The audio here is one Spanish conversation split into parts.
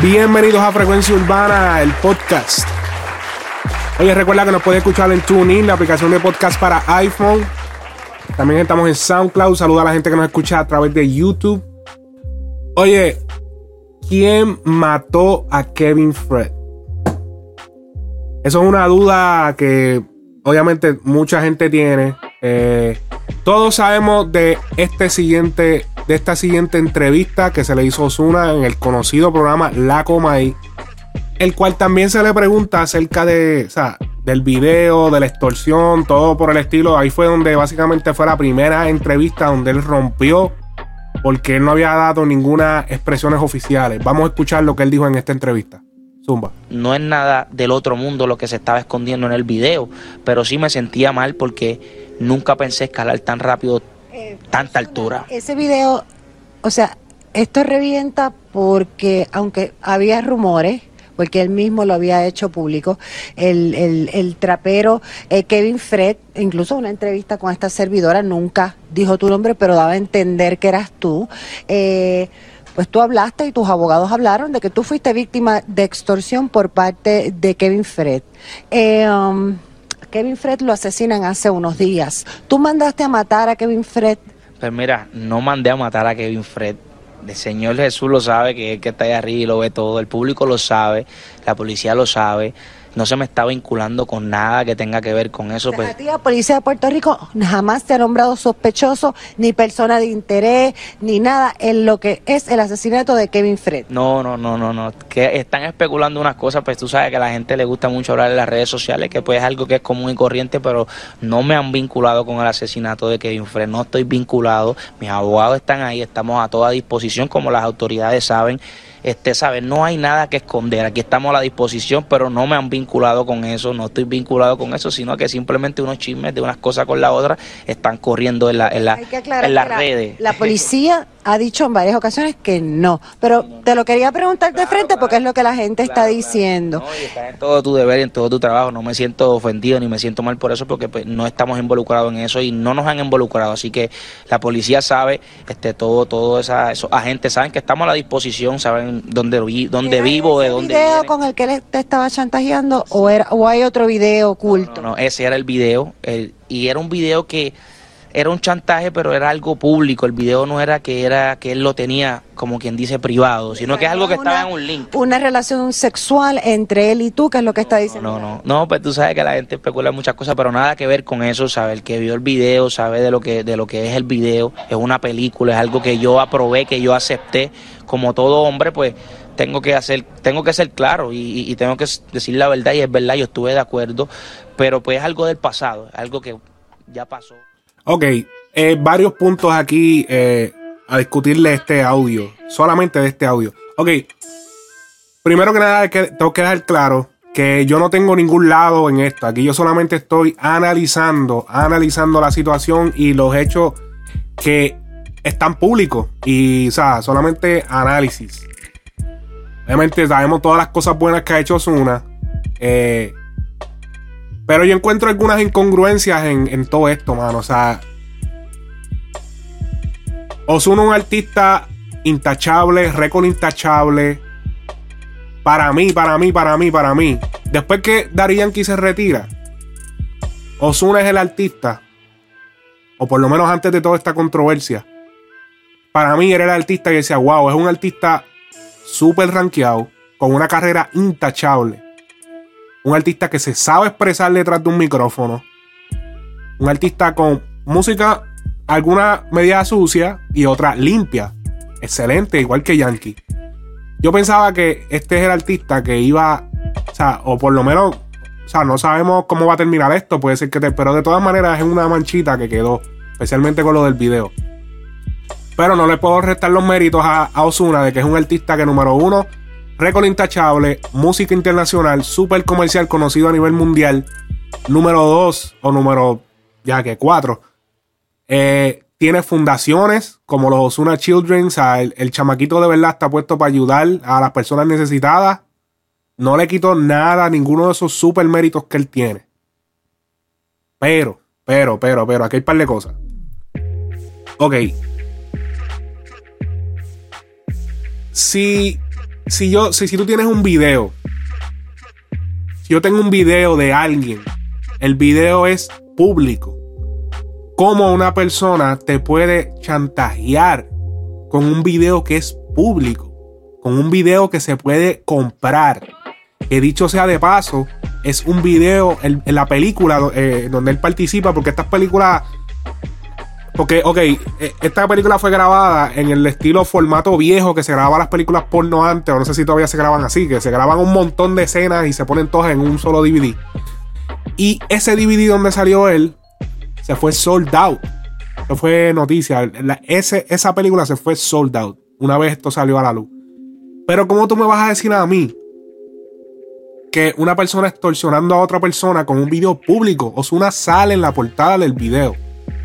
Bienvenidos a Frecuencia Urbana, el podcast. Oye, recuerda que nos puedes escuchar en TuneIn, la aplicación de podcast para iPhone. También estamos en SoundCloud. Saluda a la gente que nos escucha a través de YouTube. Oye, ¿quién mató a Kevin Fred? Eso es una duda que obviamente mucha gente tiene. Todos sabemos de esta siguiente entrevista que se le hizo a Ozuna en el conocido programa La Comay, el cual también se le pregunta acerca de, del video, de la extorsión, todo por el estilo. Ahí fue donde básicamente fue la primera entrevista donde él rompió, porque él no había dado ninguna expresiones oficiales. Vamos a escuchar lo que él dijo en esta entrevista. Zumba. No es nada del otro mundo lo que se estaba escondiendo en el video, pero sí me sentía mal porque nunca pensé escalar tan rápido, tanta altura. Ese video, o sea, esto revienta porque aunque había rumores, porque él mismo lo había hecho público, el trapero Kevin Fred, incluso una entrevista con esta servidora, nunca dijo tu nombre, pero daba a entender que eras tú. Pues tú hablaste y tus abogados hablaron de que tú fuiste víctima de extorsión por parte de Kevin Fred. Kevin Fred lo asesinan hace unos días. ¿Tú mandaste a matar a Kevin Fred? Pues mira, no mandé a matar a Kevin Fred. El Señor Jesús lo sabe, que es el que está ahí arriba y lo ve todo. El público lo sabe, la policía lo sabe. No se me está vinculando con nada que tenga que ver con eso. Pues a ti la policía de Puerto Rico jamás te ha nombrado sospechoso, ni persona de interés, ni nada en lo que es el asesinato de Kevin Fred. No. Que están especulando unas cosas, pues tú sabes que a la gente le gusta mucho hablar en las redes sociales, que pues es algo que es común y corriente, pero no me han vinculado con el asesinato de Kevin Fred. No estoy vinculado, mis abogados están ahí, estamos a toda disposición, como las autoridades saben. No hay nada que esconder, aquí estamos a la disposición, pero no me han vinculado con eso, no estoy vinculado con eso, sino que simplemente unos chismes de unas cosas con la otra están corriendo en las redes. La policía ha dicho en varias ocasiones que no, pero te lo quería preguntar de frente porque es lo que la gente está diciendo. No, y está en todo tu deber y en todo tu trabajo, no me siento ofendido ni me siento mal por eso, porque pues, no estamos involucrados en eso y no nos han involucrado, así que la policía sabe, todos esos agentes saben que estamos a la disposición, saben dónde vivo, de dónde video viene. ¿Con el que él te estaba chantajeando o hay otro video oculto? No, ese era el video, y era un video que era un chantaje, pero era algo público. El video no era que él lo tenía, como quien dice, privado, sino que es algo que estaba en un link. Una relación sexual entre él y tú, que es lo que está diciendo. No, pues tú sabes que la gente especula muchas cosas, pero nada que ver con eso, sabe, el que vio el video, sabe de lo que es el video, es una película, es algo que yo aprobé, que yo acepté, como todo hombre, pues tengo que ser claro y tengo que decir la verdad, y es verdad, yo estuve de acuerdo, pero pues es algo del pasado, es algo que ya pasó. Ok, varios puntos aquí a discutirle este audio, solamente de este audio. Ok, primero que nada tengo que dejar claro que yo no tengo ningún lado en esto. Aquí yo solamente estoy analizando la situación y los hechos que están públicos. Y, o sea, solamente análisis. Obviamente sabemos todas las cosas buenas que ha hecho Ozuna. Pero yo encuentro algunas incongruencias en todo esto, mano. O sea, Ozuna es un artista intachable, récord intachable. Para mí. Después que Daddy Yankee se retira, Ozuna es el artista, o por lo menos antes de toda esta controversia, para mí era el artista que decía, wow, es un artista súper rankeado, con una carrera intachable. Un artista que se sabe expresar detrás de un micrófono. Un artista con música, alguna medida sucia y otra limpia. Excelente, igual que Yankee. Yo pensaba que este es el artista que iba, o sea, o por lo menos, o sea, no sabemos cómo va a terminar esto. Puede ser pero de todas maneras es una manchita que quedó, especialmente con lo del video. Pero no le puedo restar los méritos a Ozuna de que es un artista que, número uno, récord intachable, música internacional, súper comercial, conocido a nivel mundial. Número 2 o número 4. Tiene fundaciones como los Ozuna Children. O sea, el chamaquito de verdad está puesto para ayudar a las personas necesitadas. No le quito nada, ninguno de esos super méritos que él tiene. Pero, aquí hay un par de cosas. Ok. Si si tú tienes un video, si yo tengo un video de alguien, el video es público, ¿cómo una persona te puede chantajear con un video que es público? Con un video que se puede comprar. Que dicho sea de paso, es un video en la película donde él participa, porque estas películas... Porque, esta película fue grabada en el estilo formato viejo que se grababa las películas porno antes, o no sé si todavía se graban así, que se graban un montón de escenas y se ponen todas en un solo DVD. Y ese DVD donde salió él se fue sold out. Eso fue noticia. Esa película se fue sold out una vez esto salió a la luz. Pero ¿cómo tú me vas a decir a mí que una persona extorsionando a otra persona con un video público? Ozuna sale en la portada del video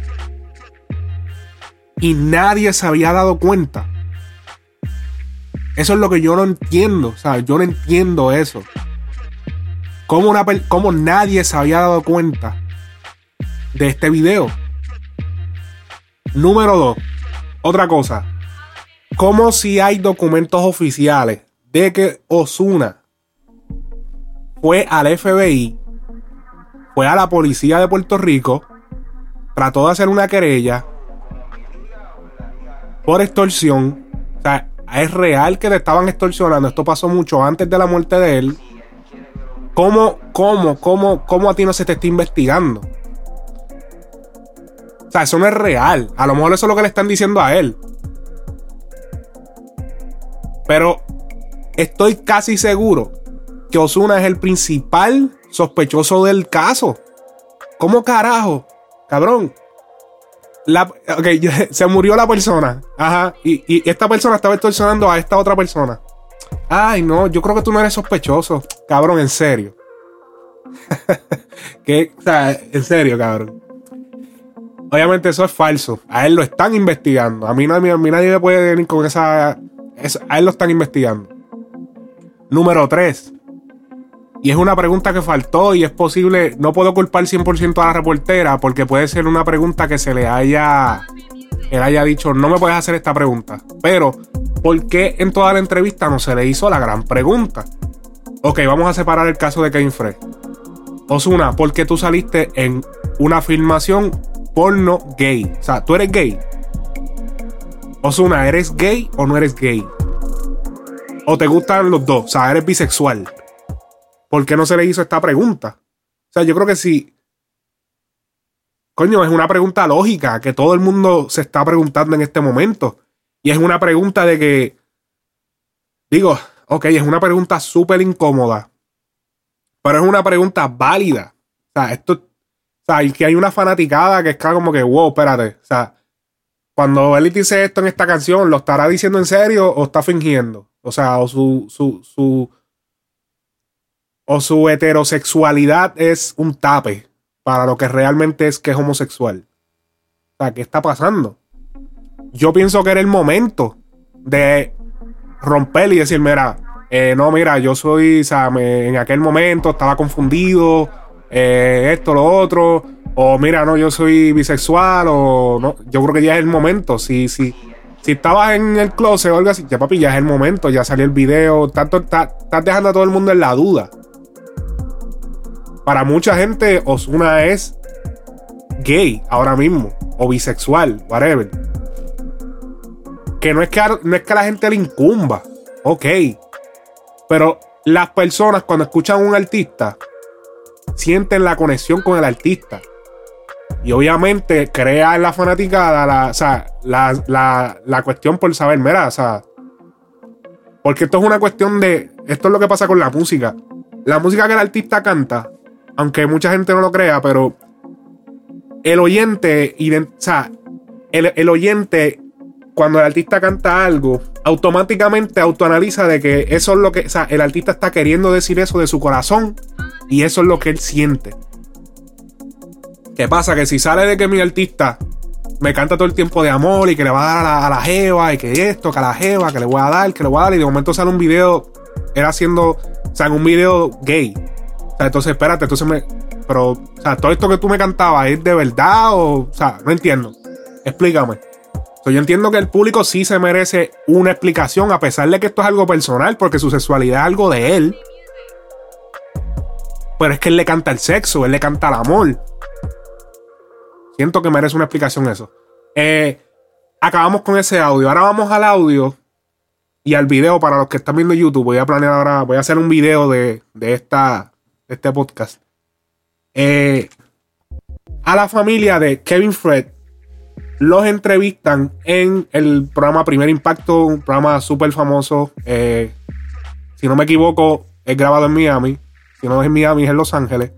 y nadie se había dado cuenta. Eso es lo que yo no entiendo. O sea, yo no entiendo eso. ¿Cómo nadie se había dado cuenta de este video? Número 2. Otra cosa. ¿Cómo si hay documentos oficiales de que Ozuna fue al FBI, fue a la policía de Puerto Rico, trató de hacer una querella por extorsión? O sea, es real que le estaban extorsionando. Esto pasó mucho antes de la muerte de él. ¿Cómo a ti no se te está investigando? O sea, eso no es real. A lo mejor eso es lo que le están diciendo a él. Pero estoy casi seguro que Ozuna es el principal sospechoso del caso. ¿Cómo carajo? Cabrón. Se murió la persona. Ajá. Y esta persona estaba extorsionando a esta otra persona. Ay, no, yo creo que tú no eres sospechoso. Cabrón, en serio. O sea, en serio, cabrón. Obviamente eso es falso. A él lo están investigando. A mí nadie me puede venir con esa... A él lo están investigando. Número 3. Y es una pregunta que faltó y es posible... No puedo culpar 100% a la reportera porque puede ser una pregunta que se le haya... Él haya dicho, no me puedes hacer esta pregunta. Pero, ¿por qué en toda la entrevista no se le hizo la gran pregunta? Ok, vamos a separar el caso de Kevin Fred. Ozuna, ¿por qué tú saliste en una filmación porno gay? O sea, ¿tú eres gay? Ozuna, ¿eres gay o no eres gay? ¿O te gustan los dos? O sea, ¿eres bisexual? ¿Por qué no se le hizo esta pregunta? O sea, yo creo que sí. Coño, es una pregunta lógica que todo el mundo se está preguntando en este momento. Y es una pregunta de que... Digo, ok, es una pregunta súper incómoda. Pero es una pregunta válida. O sea, esto... O sea, y que hay una fanaticada que está como que, wow, espérate. O sea, cuando él dice esto en esta canción, ¿lo estará diciendo en serio o está fingiendo? O sea, o su heterosexualidad es un tape para lo que realmente es que es homosexual. O sea, ¿qué está pasando? Yo pienso que era el momento de romper y decir, mira, yo soy, o sea, en aquel momento estaba confundido, esto, lo otro, o mira, no, yo soy bisexual, o no, yo creo que ya es el momento. Si estabas en el closet o algo así, ya papi, ya es el momento, ya salió el video, estás dejando a todo el mundo en la duda. Para mucha gente, Ozuna es gay ahora mismo, o bisexual, whatever. Que no es que a la gente le incumba, ok. Pero las personas cuando escuchan a un artista sienten la conexión con el artista. Y obviamente crea en la fanaticada la cuestión por saber, mira, o sea, porque esto es una cuestión de... Esto es lo que pasa con la música. La música que el artista canta, aunque mucha gente no lo crea, pero el oyente, o sea, el oyente, cuando el artista canta algo, automáticamente autoanaliza de que eso es lo que... O sea, el artista está queriendo decir eso de su corazón y eso es lo que él siente. ¿Qué pasa? Que si sale de que mi artista me canta todo el tiempo de amor y que le va a dar a la jeva y que esto, que a la jeva, que le voy a dar, y de momento sale un video, él haciendo, o sea, en un video gay. O sea, entonces, espérate, pero, o sea, todo esto que tú me cantabas, ¿es de verdad? O sea, no entiendo. Explícame. So, yo entiendo que el público sí se merece una explicación, a pesar de que esto es algo personal, porque su sexualidad es algo de él. Pero es que él le canta el sexo, él le canta el amor. Siento que merece una explicación eso. Acabamos con ese audio. Ahora vamos al audio y al video. Para los que están viendo YouTube, voy a hacer un video de este podcast. A la familia de Kevin Fred los entrevistan en el programa Primer Impacto, un programa súper famoso. Si no me equivoco, es grabado en Miami. Si no es en Miami, es en Los Ángeles.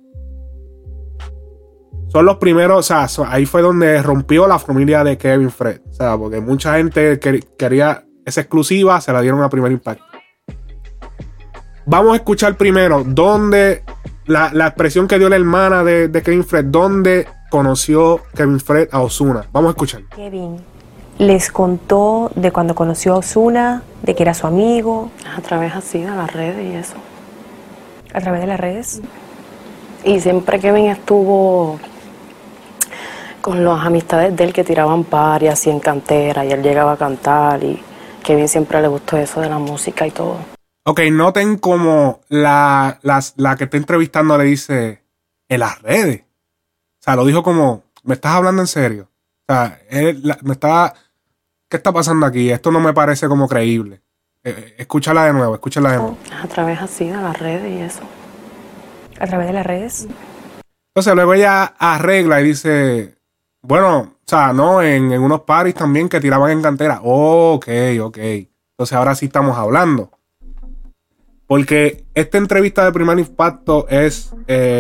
Son los primeros, o sea, ahí fue donde rompió la familia de Kevin Fred. O sea, porque mucha gente quería esa exclusiva, se la dieron a Primer Impacto. Vamos a escuchar primero dónde la expresión que dio la hermana de Kevin Fred, dónde conoció Kevin Fred a Ozuna. Vamos a escuchar. Kevin les contó de cuando conoció a Ozuna, de que era su amigo. A través así de las redes y eso. A través de las redes. Y siempre Kevin estuvo con las amistades de él que tiraban party así en cantera y él llegaba a cantar y Kevin siempre le gustó eso de la música y todo. Ok, noten como la que está entrevistando le dice en las redes. O sea, lo dijo como, ¿me estás hablando en serio? O sea, ¿qué está pasando aquí? Esto no me parece como creíble. Escúchala de nuevo. A través así de las redes y eso. A través de las redes. Entonces luego ella arregla y dice, bueno, o sea, no, en unos parties también que tiraban en cantera. Ok. Entonces ahora sí estamos hablando. Porque esta entrevista de Primer Impacto es...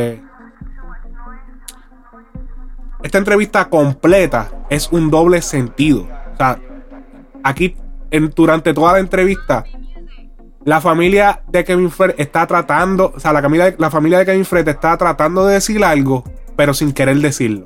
esta entrevista completa es un doble sentido. O sea, aquí durante toda la entrevista, la familia de Kevin Fred está tratando, o sea, la familia de Kevin Fred está tratando de decir algo, pero sin querer decirlo.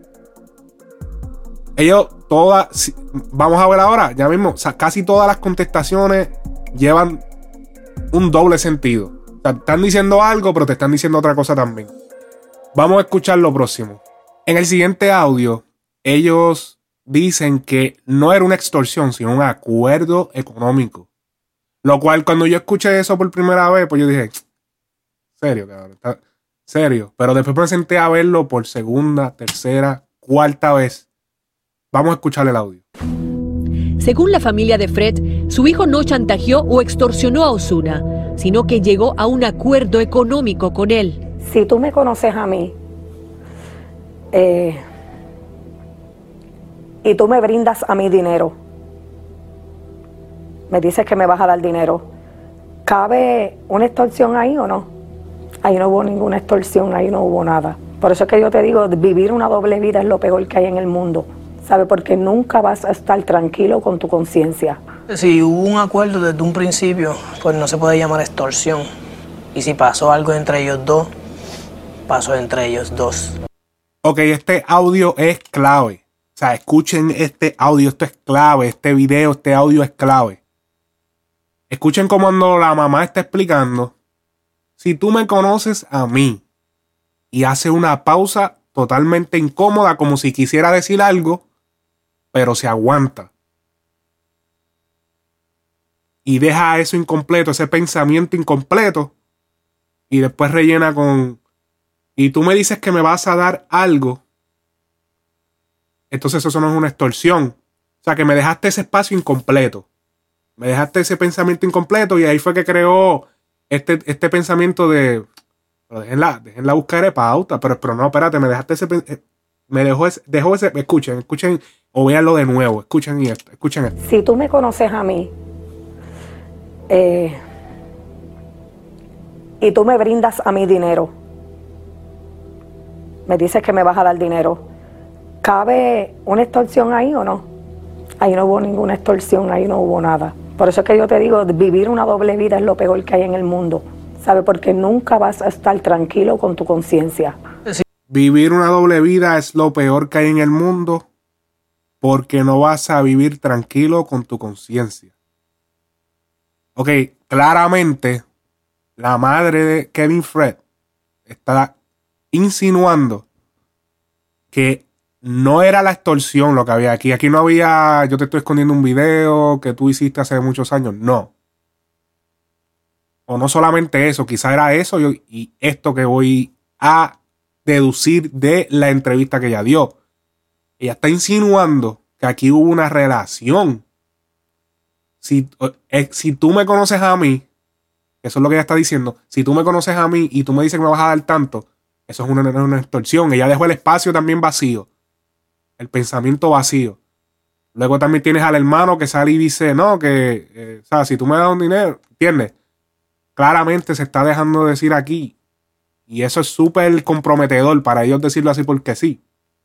Vamos a ver ahora, ya mismo, o sea, casi todas las contestaciones llevan un doble sentido. O sea, están diciendo algo, pero te están diciendo otra cosa también. Vamos a escuchar lo próximo. En el siguiente audio, ellos dicen que no era una extorsión, sino un acuerdo económico. Lo cual, cuando yo escuché eso por primera vez, pues yo dije, serio, cabrón, serio. Pero después me senté a verlo por segunda, tercera, cuarta vez. Vamos a escuchar el audio. Según la familia de Fred, su hijo no chantajeó o extorsionó a Ozuna, sino que llegó a un acuerdo económico con él. Si tú me conoces a mí y tú me brindas a mí dinero, me dices que me vas a dar dinero, ¿cabe una extorsión ahí o no? Ahí no hubo ninguna extorsión, ahí no hubo nada. Por eso es que yo te digo, vivir una doble vida es lo peor que hay en el mundo, ¿sabes? Porque nunca vas a estar tranquilo con tu conciencia. Si hubo un acuerdo desde un principio, pues no se puede llamar extorsión. Y si pasó algo entre ellos dos, pasó entre ellos dos. Ok, este audio es clave. O sea, escuchen este audio, esto es clave. Este video, este audio es clave. Escuchen cómo cuando la mamá está explicando. Si tú me conoces a mí, y hace una pausa totalmente incómoda, como si quisiera decir algo, pero se aguanta. Y deja eso incompleto, ese pensamiento incompleto, y después rellena con, y tú me dices que me vas a dar algo, entonces eso no es una extorsión. O sea, que me dejaste ese espacio incompleto. Me dejaste ese pensamiento incompleto y ahí fue que creó este pensamiento de, pero déjenla buscar de pauta, pero no, espérate, me dejaste dejó ese, escuchen, o véanlo de nuevo, escuchen esto. Si tú me conoces a mí, y tú me brindas a mí dinero, me dices que me vas a dar dinero, ¿cabe una extorsión ahí o no? Ahí no hubo ninguna extorsión, ahí no hubo nada. Por eso es que yo te digo, vivir una doble vida es lo peor que hay en el mundo, ¿sabes? Porque nunca vas a estar tranquilo con tu conciencia. Vivir una doble vida es lo peor que hay en el mundo porque no vas a vivir tranquilo con tu conciencia. Ok, claramente la madre de Kevin Fred está insinuando que no era la extorsión lo que había aquí. Aquí no había, yo te estoy escondiendo un video que tú hiciste hace muchos años. No. O no solamente eso, quizá era eso y esto que voy a deducir de la entrevista que ella dio. Ella está insinuando que aquí hubo una relación. Si tú me conoces a mí, eso es lo que ella está diciendo, si tú me conoces a mí y tú me dices que me vas a dar tanto, eso es una extorsión. Ella dejó el espacio también vacío, el pensamiento vacío. Luego también tienes al hermano que sale y dice, no, que, o sea, si tú me das un dinero, ¿entiendes? Claramente se está dejando decir aquí. Y eso es súper comprometedor para ellos decirlo así porque sí.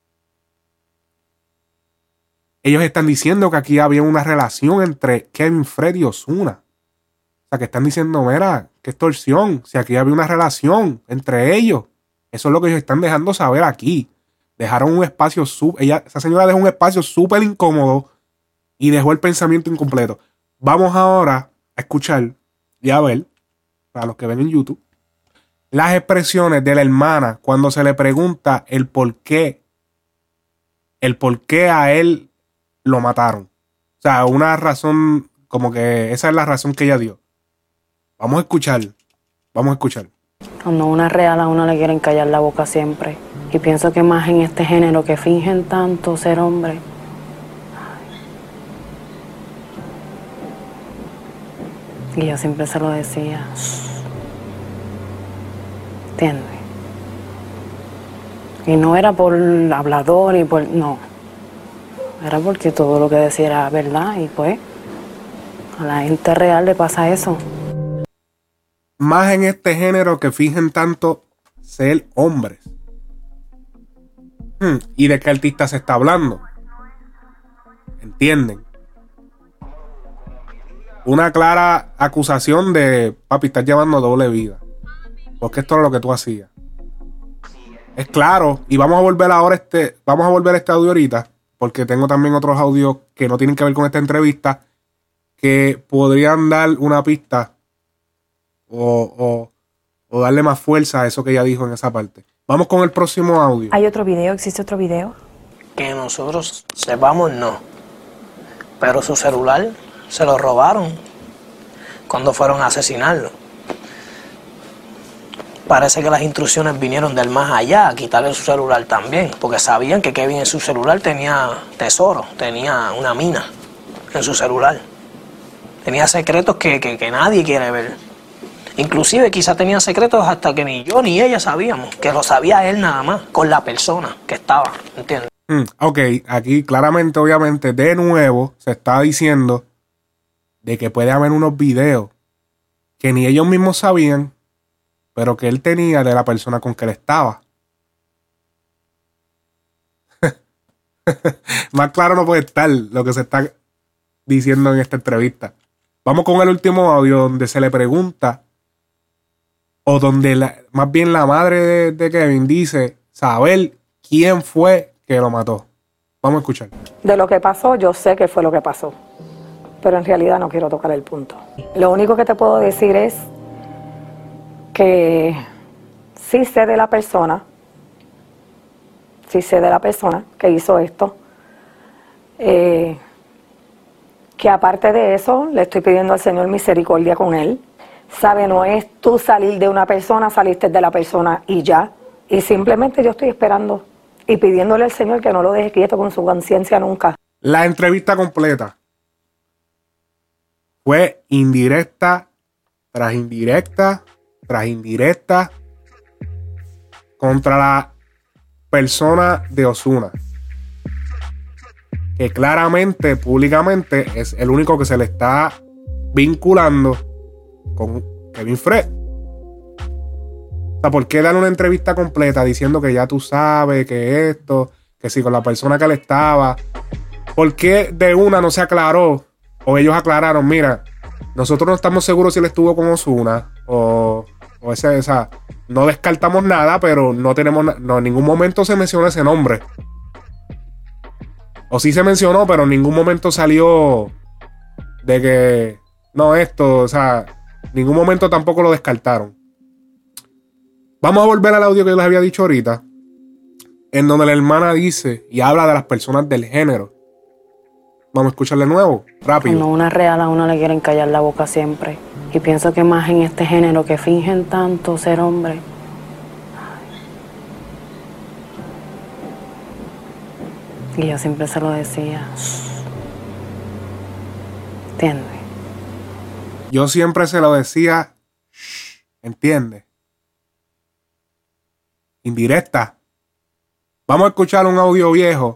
Ellos están diciendo que aquí había una relación entre Kevin Fred y Ozuna. O sea, que están diciendo, mira, qué extorsión. Si aquí había una relación entre ellos. Eso es lo que ellos están dejando saber aquí. Dejaron un espacio, esa señora dejó un espacio súper incómodo y dejó el pensamiento incompleto. Vamos ahora a escuchar y a ver, para los que ven en YouTube, las expresiones de la hermana cuando se le pregunta el por qué a él lo mataron. O sea, una razón, como que esa es la razón que ella dio. Vamos a escuchar. Cuando una es real a uno le quieren callar la boca siempre. Y pienso que más en este género que fingen tanto ser hombre. Y yo siempre se lo decía. ¿Entiendes? Y no era por hablador y por... No. Era porque todo lo que decía era verdad y pues a la gente real le pasa eso. Más en este género que fingen tanto ser hombres. ¿Y de qué artista se está hablando? ¿Entienden? Una clara acusación de, papi, estás llevando doble vida. Porque esto es lo que tú hacías. Es claro. Y vamos a volver este audio ahorita. Porque tengo también otros audios que no tienen que ver con esta entrevista. Que podrían dar una pista. O darle más fuerza a eso que ella dijo en esa parte. Vamos con el próximo audio. ¿Hay otro video? ¿Existe otro video? Que nosotros sepamos, no. Pero su celular se lo robaron cuando fueron a asesinarlo. Parece que las instrucciones vinieron del más allá a quitarle su celular también, porque sabían que Kevin en su celular tenía tesoro, tenía una mina en su celular. Tenía secretos que nadie quiere ver. Inclusive quizá tenía secretos hasta que ni yo ni ella sabíamos, que lo sabía él nada más, con la persona que estaba, ¿entiendes? Ok, aquí claramente, obviamente, de nuevo se está diciendo de que puede haber unos videos que ni ellos mismos sabían, pero que él tenía de la persona con que él estaba. Más claro no puede estar lo que se está diciendo en esta entrevista. Vamos con el último audio donde se le pregunta, o donde más bien la madre de Kevin dice saber quién fue que lo mató. Vamos a escuchar. De lo que pasó, yo sé que fue lo que pasó, pero en realidad no quiero tocar el punto. Lo único que te puedo decir es que sí sé de la persona que hizo esto, que aparte de eso le estoy pidiendo al Señor misericordia con él. Sabe, no es tú salir de una persona, saliste de la persona y ya, y simplemente yo estoy esperando y pidiéndole al Señor que no lo deje quieto con su conciencia nunca. La entrevista completa fue indirecta tras indirecta tras indirecta contra la persona de Ozuna, que claramente, públicamente, es el único que se le está vinculando con Kevin Fred. O sea, ¿por qué dar una entrevista completa diciendo que ya tú sabes que esto, que si con la persona que él estaba? ¿Por qué de una no se aclaró? O ellos aclararon, mira, nosotros no estamos seguros si él estuvo con Ozuna o esa, no descartamos nada, pero no tenemos en ningún momento se menciona ese nombre. O sí se mencionó, pero en ningún momento salió de que no esto, o sea, en ningún momento tampoco lo descartaron. Vamos a volver al audio que yo les había dicho ahorita. en donde la hermana dice y habla de las personas del género. Vamos a escucharle de nuevo, rápido. Cuando una real a uno le quieren callar la boca siempre. Y pienso que más en este género que fingen tanto ser hombre. Y yo siempre se lo decía. ¿Entiendes? Yo siempre se lo decía, ¿entiendes? Indirecta. Vamos a escuchar un audio viejo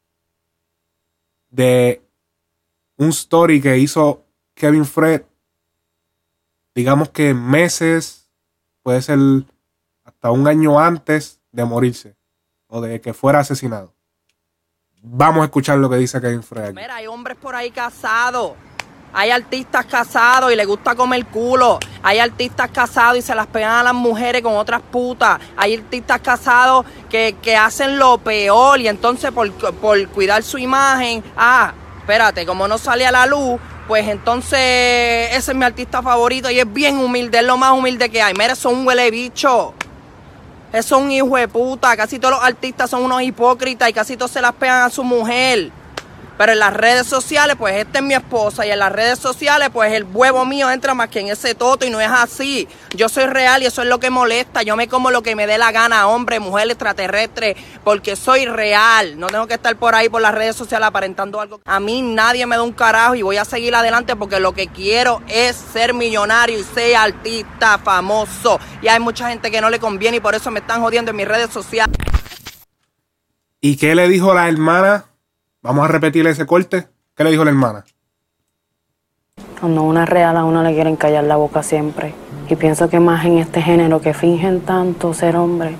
de un story que hizo Kevin Fred, digamos que meses, puede ser hasta un año antes de morirse o de que fuera asesinado. Vamos a escuchar lo que dice Kevin Fred. Mira, hay hombres por ahí casados. Hay artistas casados y les gusta comer culo. Hay artistas casados y se las pegan a las mujeres con otras putas. Hay artistas casados que hacen lo peor y entonces por cuidar su imagen, espérate, como no sale a la luz, pues entonces ese es mi artista favorito y es bien humilde, es lo más humilde que hay. Mira, eso es un huele bicho. Eso es un hijo de puta. Casi todos los artistas son unos hipócritas y casi todos se las pegan a su mujer. Pero en las redes sociales, pues esta es mi esposa. Y en las redes sociales, pues el huevo mío entra más que en ese toto y no es así. Yo soy real y eso es lo que molesta. Yo me como lo que me dé la gana, hombre, mujer, extraterrestre, porque soy real. No tengo que estar por ahí por las redes sociales aparentando algo. A mí nadie me da un carajo y voy a seguir adelante porque lo que quiero es ser millonario y ser artista famoso. Y hay mucha gente que no le conviene y por eso me están jodiendo en mis redes sociales. ¿Y qué le dijo la hermana? Vamos a repetir ese corte. ¿Qué le dijo la hermana? Cuando una real a uno le quieren callar la boca siempre. Y pienso que más en este género que fingen tanto ser hombre.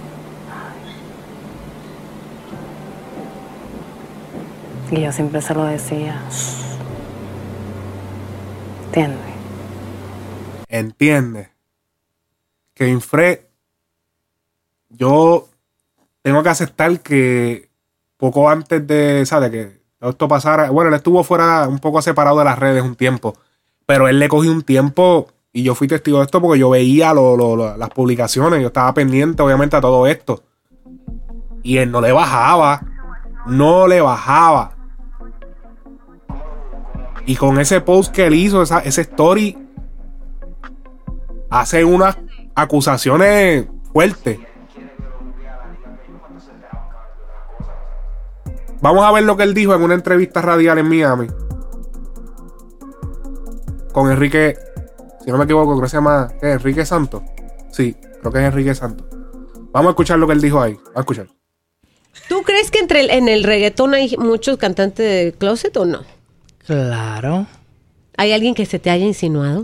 Y yo siempre se lo decía. ¿Entiendes? Entiende. Kevin Fred, yo tengo que aceptar que poco antes de, ¿sabes? Que todo esto pasara, bueno, él estuvo fuera, un poco separado de las redes un tiempo, pero él le cogió un tiempo y yo fui testigo de esto porque yo veía las publicaciones, yo estaba pendiente obviamente a todo esto y él no le bajaba. Y con ese post que él hizo, ese story, hace unas acusaciones fuertes. Vamos a ver lo que él dijo en una entrevista radial en Miami con Enrique, si no me equivoco, creo que se llama Enrique Santos. Sí, creo que es Enrique Santos. Vamos a escuchar lo que él dijo ahí. Vamos a escuchar. ¿Tú crees que en el reggaetón hay muchos cantantes de closet o no? Claro. ¿Hay alguien que se te haya insinuado?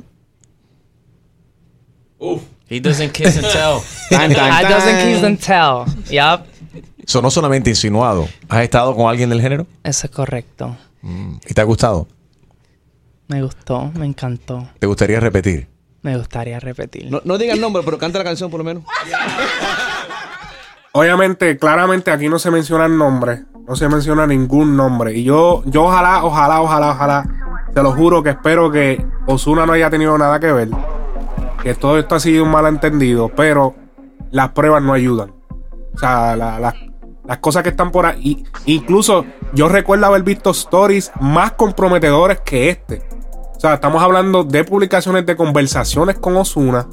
He doesn't kiss and tell. I doesn't kiss and tell. Yup. Eso no solamente insinuado. ¿Has estado con alguien del género? Eso es correcto. ¿Y te ha gustado? Me gustó, me encantó. ¿Te gustaría repetir? Me gustaría repetir. No diga el nombre, pero canta la canción por lo menos. Obviamente, claramente aquí no se menciona el nombre. No se menciona ningún nombre. Y yo ojalá, te lo juro que espero que Ozuna no haya tenido nada que ver. Que todo esto ha sido un malentendido. Pero las pruebas no ayudan. O sea, las cosas que están por ahí. Incluso yo recuerdo haber visto stories más comprometedores que este. O sea, estamos hablando de publicaciones de conversaciones con Ozuna.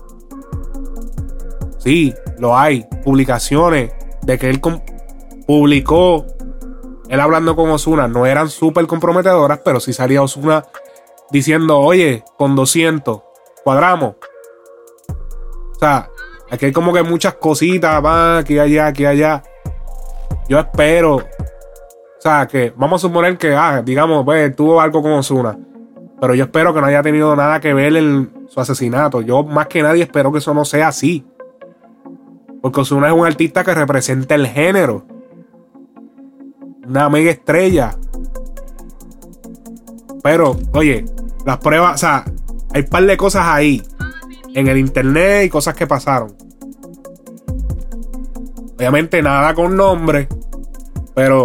Sí, lo hay. Publicaciones de que él publicó él hablando con Ozuna. No eran súper comprometedoras, pero sí salía Ozuna diciendo, oye, con 200 cuadramos. O sea, aquí hay como que muchas cositas, va, aquí allá. Yo espero, o sea, que vamos a suponer que, digamos, pues, tuvo algo con Ozuna. Pero yo espero que no haya tenido nada que ver en su asesinato. Yo, más que nadie, espero que eso no sea así. Porque Ozuna es un artista que representa el género. Una mega estrella. Pero, oye, las pruebas, o sea, hay un par de cosas ahí. En el internet y cosas que pasaron. Obviamente nada con nombre. Pero,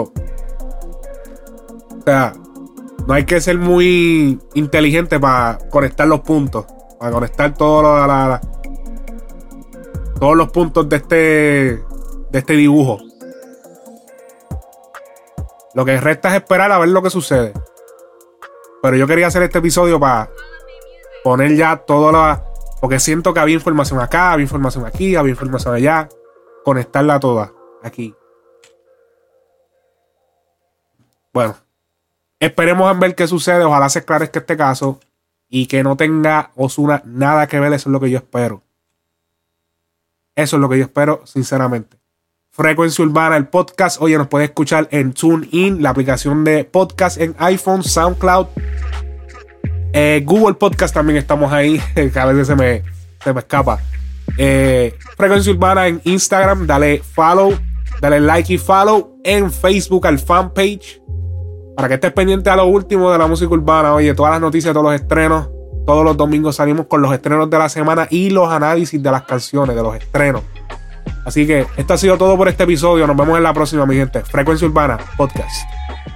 o sea, no hay que ser muy inteligente para conectar los puntos. Para conectar todos los puntos de este dibujo. Lo que resta es esperar a ver lo que sucede. Pero yo quería hacer este episodio para poner ya todo lo... Porque siento que había información acá, había información aquí, había información allá. Conectarla toda aquí. Bueno, esperemos a ver qué sucede. Ojalá se esclarezca este caso y que no tenga Ozuna nada que ver. Eso es lo que yo espero. Eso es lo que yo espero, sinceramente. Frecuencia Urbana, el podcast. Oye, nos puedes escuchar en TuneIn, la aplicación de podcast en iPhone, SoundCloud, Google Podcast también estamos ahí. Que a veces se me escapa. Frecuencia Urbana en Instagram. Dale follow, dale like y follow. En Facebook al fanpage, para que estés pendiente a lo último de la música urbana. Oye, todas las noticias, todos los estrenos. Todos los domingos salimos con los estrenos de la semana y los análisis de las canciones, de los estrenos. Así que esto ha sido todo por este episodio. Nos vemos en la próxima, mi gente. Frecuencia Urbana Podcast.